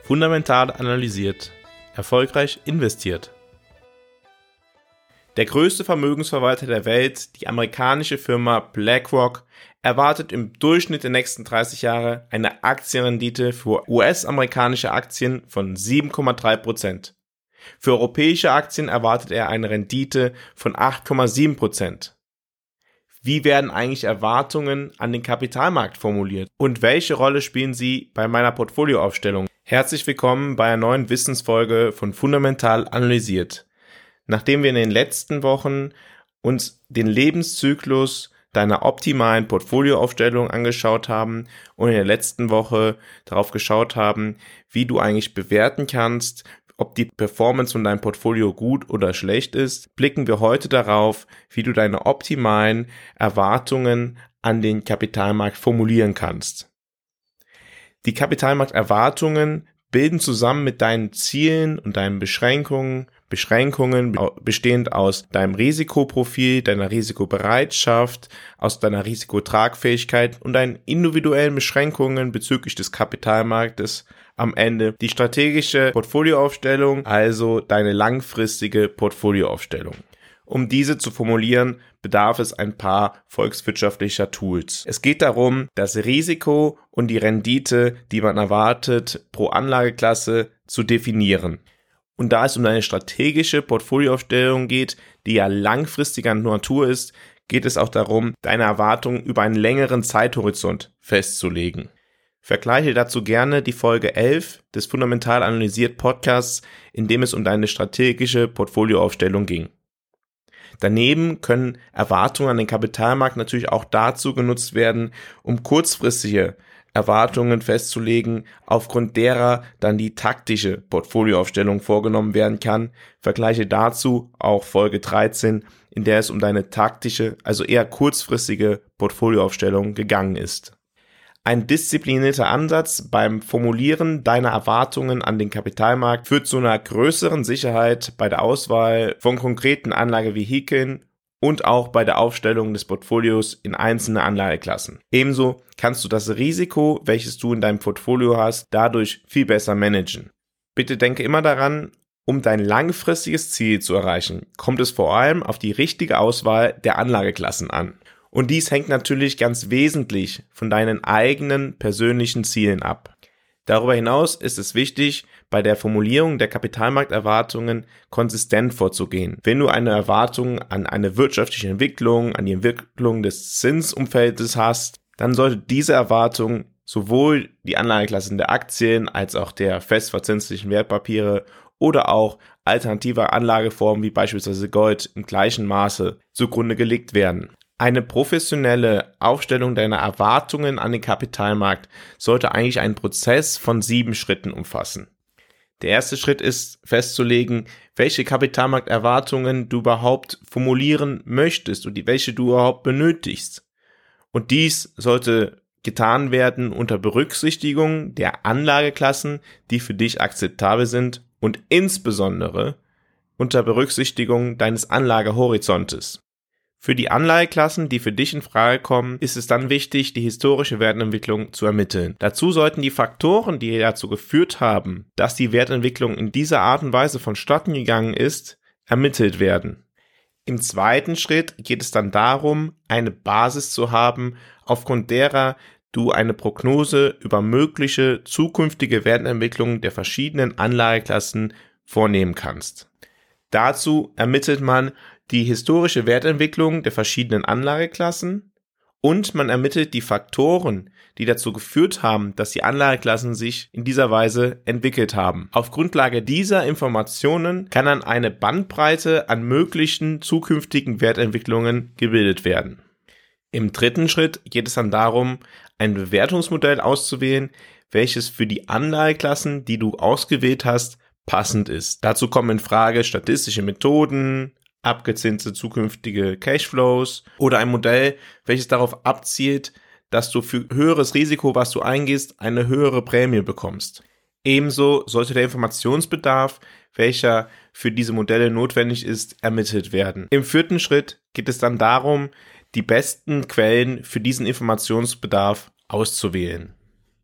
Fundamental analysiert, erfolgreich investiert. Der größte Vermögensverwalter der Welt, die amerikanische Firma BlackRock, erwartet im Durchschnitt der nächsten 30 Jahre eine Aktienrendite für US-amerikanische Aktien von 7,3%. Für europäische Aktien erwartet er eine Rendite von 8,7%. Wie werden eigentlich Erwartungen an den Kapitalmarkt formuliert und welche Rolle spielen sie bei meiner Portfolioaufstellung? Herzlich willkommen bei einer neuen Wissensfolge von Fundamental analysiert. Nachdem wir in den letzten Wochen uns den Lebenszyklus deiner optimalen Portfolioaufstellung angeschaut haben und in der letzten Woche darauf geschaut haben, wie du eigentlich bewerten kannst, ob die Performance von deinem Portfolio gut oder schlecht ist, blicken wir heute darauf, wie du deine optimalen Erwartungen an den Kapitalmarkt formulieren kannst. Die Kapitalmarkterwartungen bilden zusammen mit deinen Zielen und deinen Beschränkungen bestehend aus deinem Risikoprofil, deiner Risikobereitschaft, aus deiner Risikotragfähigkeit und deinen individuellen Beschränkungen bezüglich des Kapitalmarktes am Ende die strategische Portfolioaufstellung, also deine langfristige Portfolioaufstellung. Um diese zu formulieren, bedarf es ein paar volkswirtschaftlicher Tools. Es geht darum, das Risiko und die Rendite, die man erwartet, pro Anlageklasse zu definieren. Und da es um eine strategische Portfolioaufstellung geht, die ja langfristiger Natur ist, geht es auch darum, deine Erwartungen über einen längeren Zeithorizont festzulegen. Vergleiche dazu gerne die Folge 11 des Fundamental analysiert Podcasts, in dem es um deine strategische Portfolioaufstellung ging. Daneben können Erwartungen an den Kapitalmarkt natürlich auch dazu genutzt werden, um kurzfristige Erwartungen festzulegen, aufgrund derer dann die taktische Portfolioaufstellung vorgenommen werden kann. Vergleiche dazu auch Folge 13, in der es um deine taktische, also eher kurzfristige Portfolioaufstellung gegangen ist. Ein disziplinierter Ansatz beim Formulieren deiner Erwartungen an den Kapitalmarkt führt zu einer größeren Sicherheit bei der Auswahl von konkreten Anlagevehikeln und auch bei der Aufstellung des Portfolios in einzelne Anlageklassen. Ebenso kannst du das Risiko, welches du in deinem Portfolio hast, dadurch viel besser managen. Bitte denke immer daran, um dein langfristiges Ziel zu erreichen, kommt es vor allem auf die richtige Auswahl der Anlageklassen an. Und dies hängt natürlich ganz wesentlich von deinen eigenen persönlichen Zielen ab. Darüber hinaus ist es wichtig, bei der Formulierung der Kapitalmarkterwartungen konsistent vorzugehen. Wenn du eine Erwartung an eine wirtschaftliche Entwicklung, an die Entwicklung des Zinsumfeldes hast, dann sollte diese Erwartung sowohl die Anlageklassen der Aktien als auch der festverzinslichen Wertpapiere oder auch alternative Anlageformen wie beispielsweise Gold im gleichen Maße zugrunde gelegt werden. Eine professionelle Aufstellung deiner Erwartungen an den Kapitalmarkt sollte eigentlich einen Prozess von 7 Schritten umfassen. Der erste Schritt ist festzulegen, welche Kapitalmarkterwartungen du überhaupt formulieren möchtest und welche du überhaupt benötigst. Und dies sollte getan werden unter Berücksichtigung der Anlageklassen, die für dich akzeptabel sind und insbesondere unter Berücksichtigung deines Anlagehorizontes. Für die Anlageklassen, die für dich in Frage kommen, ist es dann wichtig, die historische Wertentwicklung zu ermitteln. Dazu sollten die Faktoren, die dazu geführt haben, dass die Wertentwicklung in dieser Art und Weise vonstatten gegangen ist, ermittelt werden. Im zweiten Schritt geht es dann darum, eine Basis zu haben, aufgrund derer du eine Prognose über mögliche zukünftige Wertentwicklungen der verschiedenen Anlageklassen vornehmen kannst. Dazu ermittelt man die historische Wertentwicklung der verschiedenen Anlageklassen und man ermittelt die Faktoren, die dazu geführt haben, dass die Anlageklassen sich in dieser Weise entwickelt haben. Auf Grundlage dieser Informationen kann dann eine Bandbreite an möglichen zukünftigen Wertentwicklungen gebildet werden. Im dritten Schritt geht es dann darum, ein Bewertungsmodell auszuwählen, welches für die Anlageklassen, die du ausgewählt hast, passend ist. Dazu kommen in Frage statistische Methoden, abgezinste zukünftige Cashflows oder ein Modell, welches darauf abzielt, dass du für höheres Risiko, was du eingehst, eine höhere Prämie bekommst. Ebenso sollte der Informationsbedarf, welcher für diese Modelle notwendig ist, ermittelt werden. Im vierten Schritt geht es dann darum, die besten Quellen für diesen Informationsbedarf auszuwählen.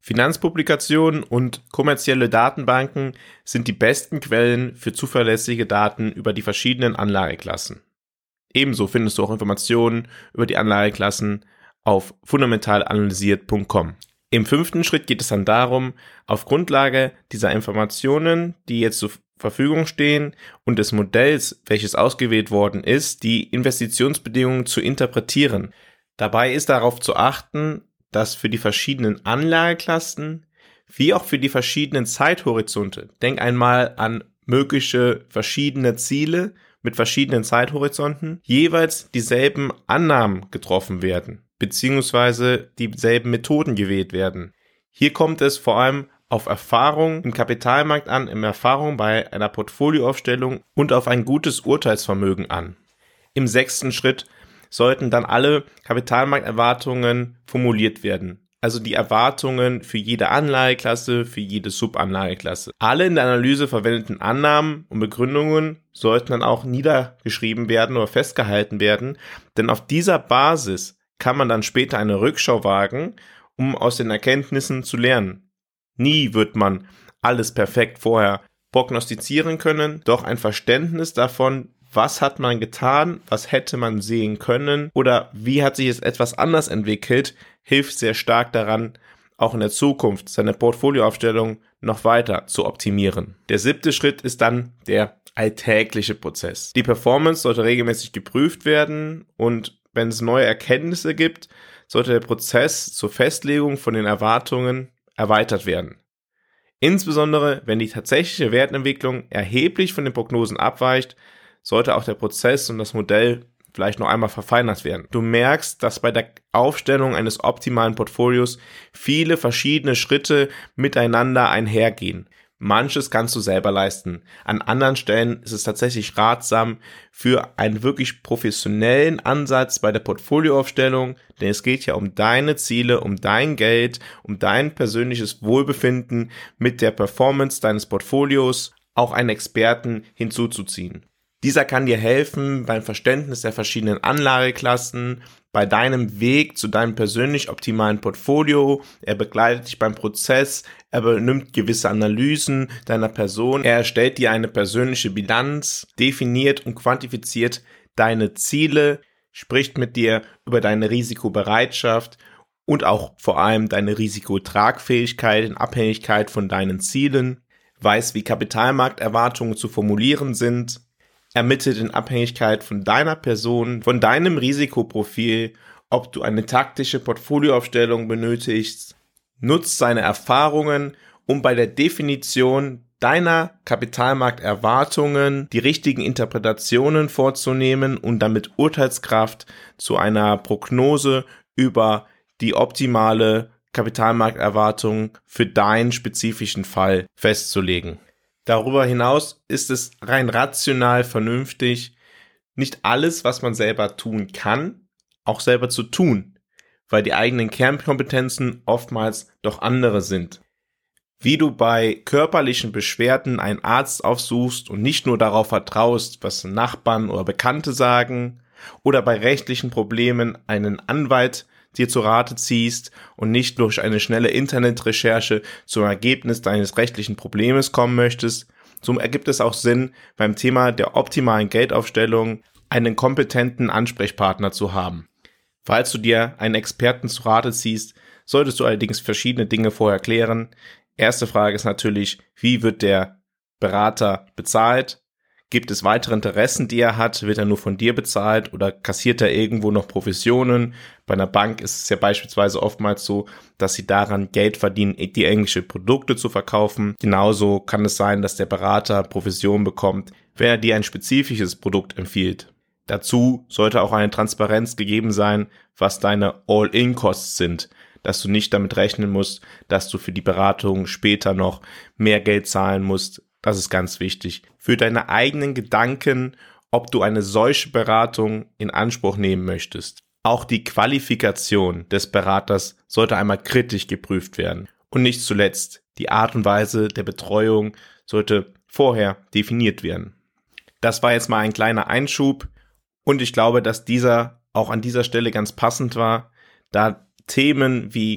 Finanzpublikationen und kommerzielle Datenbanken sind die besten Quellen für zuverlässige Daten über die verschiedenen Anlageklassen. Ebenso findest du auch Informationen über die Anlageklassen auf fundamentalanalysiert.com. Im 5. Schritt geht es dann darum, auf Grundlage dieser Informationen, die jetzt zur Verfügung stehen und des Modells, welches ausgewählt worden ist, die Investitionsbedingungen zu interpretieren. Dabei ist darauf zu achten, dass für die verschiedenen Anlageklassen wie auch für die verschiedenen Zeithorizonte, denk einmal an mögliche verschiedene Ziele mit verschiedenen Zeithorizonten, jeweils dieselben Annahmen getroffen werden, beziehungsweise dieselben Methoden gewählt werden. Hier kommt es vor allem auf Erfahrung im Kapitalmarkt an, in Erfahrung bei einer Portfolioaufstellung und auf ein gutes Urteilsvermögen an. Im 6. Schritt sollten dann alle Kapitalmarkterwartungen formuliert werden. Also die Erwartungen für jede Anlageklasse, für jede Subanlageklasse. Alle in der Analyse verwendeten Annahmen und Begründungen sollten dann auch niedergeschrieben werden oder festgehalten werden, denn auf dieser Basis kann man dann später eine Rückschau wagen, um aus den Erkenntnissen zu lernen. Nie wird man alles perfekt vorher prognostizieren können, doch ein Verständnis davon, was hat man getan, was hätte man sehen können oder wie hat sich es etwas anders entwickelt, hilft sehr stark daran, auch in der Zukunft seine Portfolioaufstellung noch weiter zu optimieren. Der 7. Schritt ist dann der alltägliche Prozess. Die Performance sollte regelmäßig geprüft werden und wenn es neue Erkenntnisse gibt, sollte der Prozess zur Festlegung von den Erwartungen erweitert werden. Insbesondere, wenn die tatsächliche Wertentwicklung erheblich von den Prognosen abweicht, sollte auch der Prozess und das Modell vielleicht noch einmal verfeinert werden. Du merkst, dass bei der Aufstellung eines optimalen Portfolios viele verschiedene Schritte miteinander einhergehen. Manches kannst du selber leisten. An anderen Stellen ist es tatsächlich ratsam für einen wirklich professionellen Ansatz bei der Portfolioaufstellung, denn es geht ja um deine Ziele, um dein Geld, um dein persönliches Wohlbefinden mit der Performance deines Portfolios, auch einen Experten hinzuzuziehen. Dieser kann dir helfen beim Verständnis der verschiedenen Anlageklassen, bei deinem Weg zu deinem persönlich optimalen Portfolio. Er begleitet dich beim Prozess, er übernimmt gewisse Analysen deiner Person, er erstellt dir eine persönliche Bilanz, definiert und quantifiziert deine Ziele, spricht mit dir über deine Risikobereitschaft und auch vor allem deine Risikotragfähigkeit in Abhängigkeit von deinen Zielen, weiß, wie Kapitalmarkterwartungen zu formulieren sind, ermittelt in Abhängigkeit von deiner Person, von deinem Risikoprofil, ob du eine taktische Portfolioaufstellung benötigst, nutzt seine Erfahrungen, um bei der Definition deiner Kapitalmarkterwartungen die richtigen Interpretationen vorzunehmen und damit Urteilskraft zu einer Prognose über die optimale Kapitalmarkterwartung für deinen spezifischen Fall festzulegen. Darüber hinaus ist es rein rational vernünftig, nicht alles, was man selber tun kann, auch selber zu tun, weil die eigenen Kernkompetenzen oftmals doch andere sind. Wie du bei körperlichen Beschwerden einen Arzt aufsuchst und nicht nur darauf vertraust, was Nachbarn oder Bekannte sagen, oder bei rechtlichen Problemen einen Anwalt dir zu Rate ziehst und nicht durch eine schnelle Internetrecherche zum Ergebnis deines rechtlichen Problems kommen möchtest, so ergibt es auch Sinn, beim Thema der optimalen Geldaufstellung einen kompetenten Ansprechpartner zu haben. Falls du dir einen Experten zu Rate ziehst, solltest du allerdings verschiedene Dinge vorher klären. Erste Frage ist natürlich, wie wird der Berater bezahlt? Gibt es weitere Interessen, die er hat? Wird er nur von dir bezahlt oder kassiert er irgendwo noch Provisionen? Bei einer Bank ist es ja beispielsweise oftmals so, dass sie daran Geld verdienen, die englische Produkte zu verkaufen. Genauso kann es sein, dass der Berater Provision bekommt, wenn er dir ein spezifisches Produkt empfiehlt. Dazu sollte auch eine Transparenz gegeben sein, was deine All-In-Costs sind, dass du nicht damit rechnen musst, dass du für die Beratung später noch mehr Geld zahlen musst. Das ist ganz wichtig. Für deine eigenen Gedanken, ob du eine solche Beratung in Anspruch nehmen möchtest. Auch die Qualifikation des Beraters sollte einmal kritisch geprüft werden. Und nicht zuletzt, die Art und Weise der Betreuung sollte vorher definiert werden. Das war jetzt mal ein kleiner Einschub und ich glaube, dass dieser auch an dieser Stelle ganz passend war, da Themen wie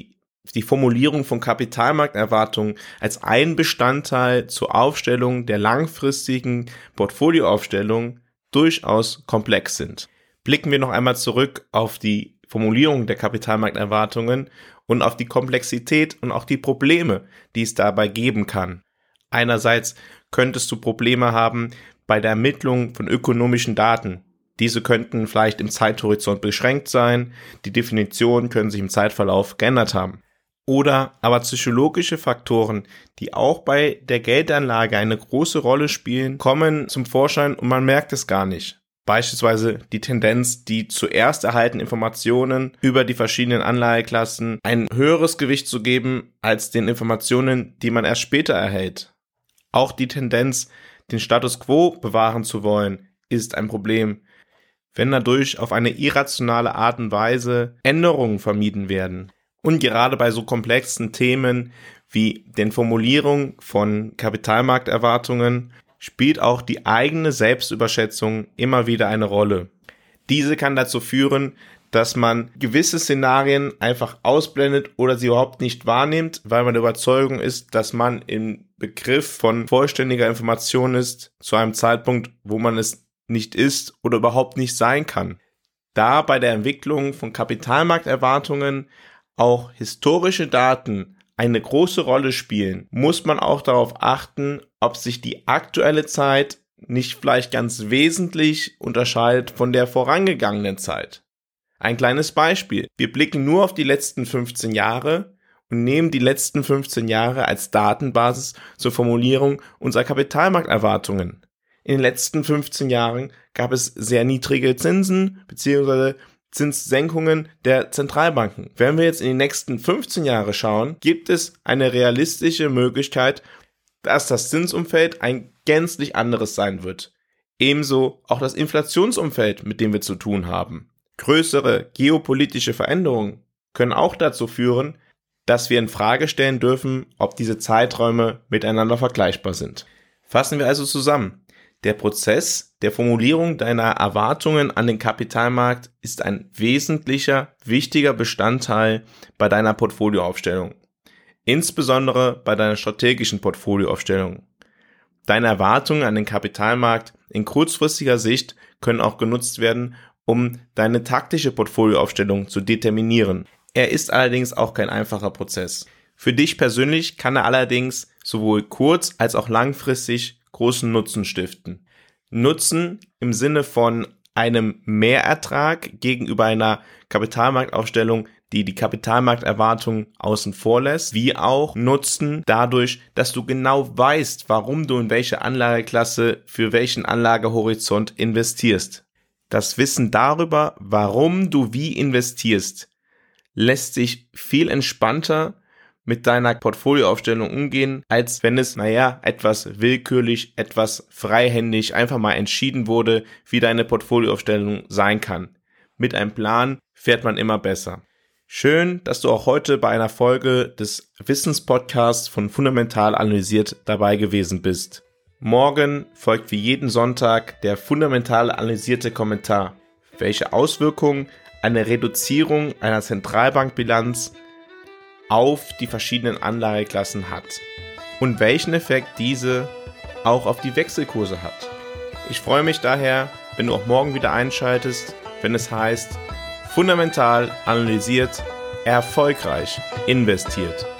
die Formulierung von Kapitalmarkterwartungen als ein Bestandteil zur Aufstellung der langfristigen Portfolioaufstellung durchaus komplex sind. Blicken wir noch einmal zurück auf die Formulierung der Kapitalmarkterwartungen und auf die Komplexität und auch die Probleme, die es dabei geben kann. Einerseits könntest du Probleme haben bei der Ermittlung von ökonomischen Daten. Diese könnten vielleicht im Zeithorizont beschränkt sein, die Definitionen können sich im Zeitverlauf geändert haben. Oder aber psychologische Faktoren, die auch bei der Geldanlage eine große Rolle spielen, kommen zum Vorschein und man merkt es gar nicht. Beispielsweise die Tendenz, die zuerst erhaltenen Informationen über die verschiedenen Anlageklassen ein höheres Gewicht zu geben als den Informationen, die man erst später erhält. Auch die Tendenz, den Status quo bewahren zu wollen, ist ein Problem, wenn dadurch auf eine irrationale Art und Weise Änderungen vermieden werden. Und gerade bei so komplexen Themen wie den Formulierungen von Kapitalmarkterwartungen spielt auch die eigene Selbstüberschätzung immer wieder eine Rolle. Diese kann dazu führen, dass man gewisse Szenarien einfach ausblendet oder sie überhaupt nicht wahrnimmt, weil man der Überzeugung ist, dass man im Begriff von vollständiger Information ist, zu einem Zeitpunkt, wo man es nicht ist oder überhaupt nicht sein kann. Da bei der Entwicklung von Kapitalmarkterwartungen auch historische Daten eine große Rolle spielen, muss man auch darauf achten, ob sich die aktuelle Zeit nicht vielleicht ganz wesentlich unterscheidet von der vorangegangenen Zeit. Ein kleines Beispiel. Wir blicken nur auf die letzten 15 Jahre und nehmen die letzten 15 Jahre als Datenbasis zur Formulierung unserer Kapitalmarkterwartungen. In den letzten 15 Jahren gab es sehr niedrige Zinsen bzw. Zinssenkungen der Zentralbanken. Wenn wir jetzt in die nächsten 15 Jahre schauen, gibt es eine realistische Möglichkeit, dass das Zinsumfeld ein gänzlich anderes sein wird. Ebenso auch das Inflationsumfeld, mit dem wir zu tun haben. Größere geopolitische Veränderungen können auch dazu führen, dass wir in Frage stellen dürfen, ob diese Zeiträume miteinander vergleichbar sind. Fassen wir also zusammen. Der Prozess der Formulierung deiner Erwartungen an den Kapitalmarkt ist ein wesentlicher, wichtiger Bestandteil bei deiner Portfolioaufstellung. Insbesondere bei deiner strategischen Portfolioaufstellung. Deine Erwartungen an den Kapitalmarkt in kurzfristiger Sicht können auch genutzt werden, um deine taktische Portfolioaufstellung zu determinieren. Er ist allerdings auch kein einfacher Prozess. Für dich persönlich kann er allerdings sowohl kurz- als auch langfristig großen Nutzen stiften. Nutzen im Sinne von einem Mehrertrag gegenüber einer Kapitalmarktaufstellung, die die Kapitalmarkterwartung außen vor lässt, wie auch Nutzen dadurch, dass du genau weißt, warum du in welche Anlageklasse für welchen Anlagehorizont investierst. Das Wissen darüber, warum du wie investierst, lässt sich viel entspannter mit deiner Portfolioaufstellung umgehen, als wenn es, etwas willkürlich, etwas freihändig einfach mal entschieden wurde, wie deine Portfolioaufstellung sein kann. Mit einem Plan fährt man immer besser. Schön, dass du auch heute bei einer Folge des Wissenspodcasts von Fundamental Analysiert dabei gewesen bist. Morgen folgt wie jeden Sonntag der fundamental analysierte Kommentar. Welche Auswirkungen eine Reduzierung einer Zentralbankbilanz auf die verschiedenen Anlageklassen hat und welchen Effekt diese auch auf die Wechselkurse hat. Ich freue mich daher, wenn du auch morgen wieder einschaltest, wenn es heißt, fundamental analysiert, erfolgreich investiert.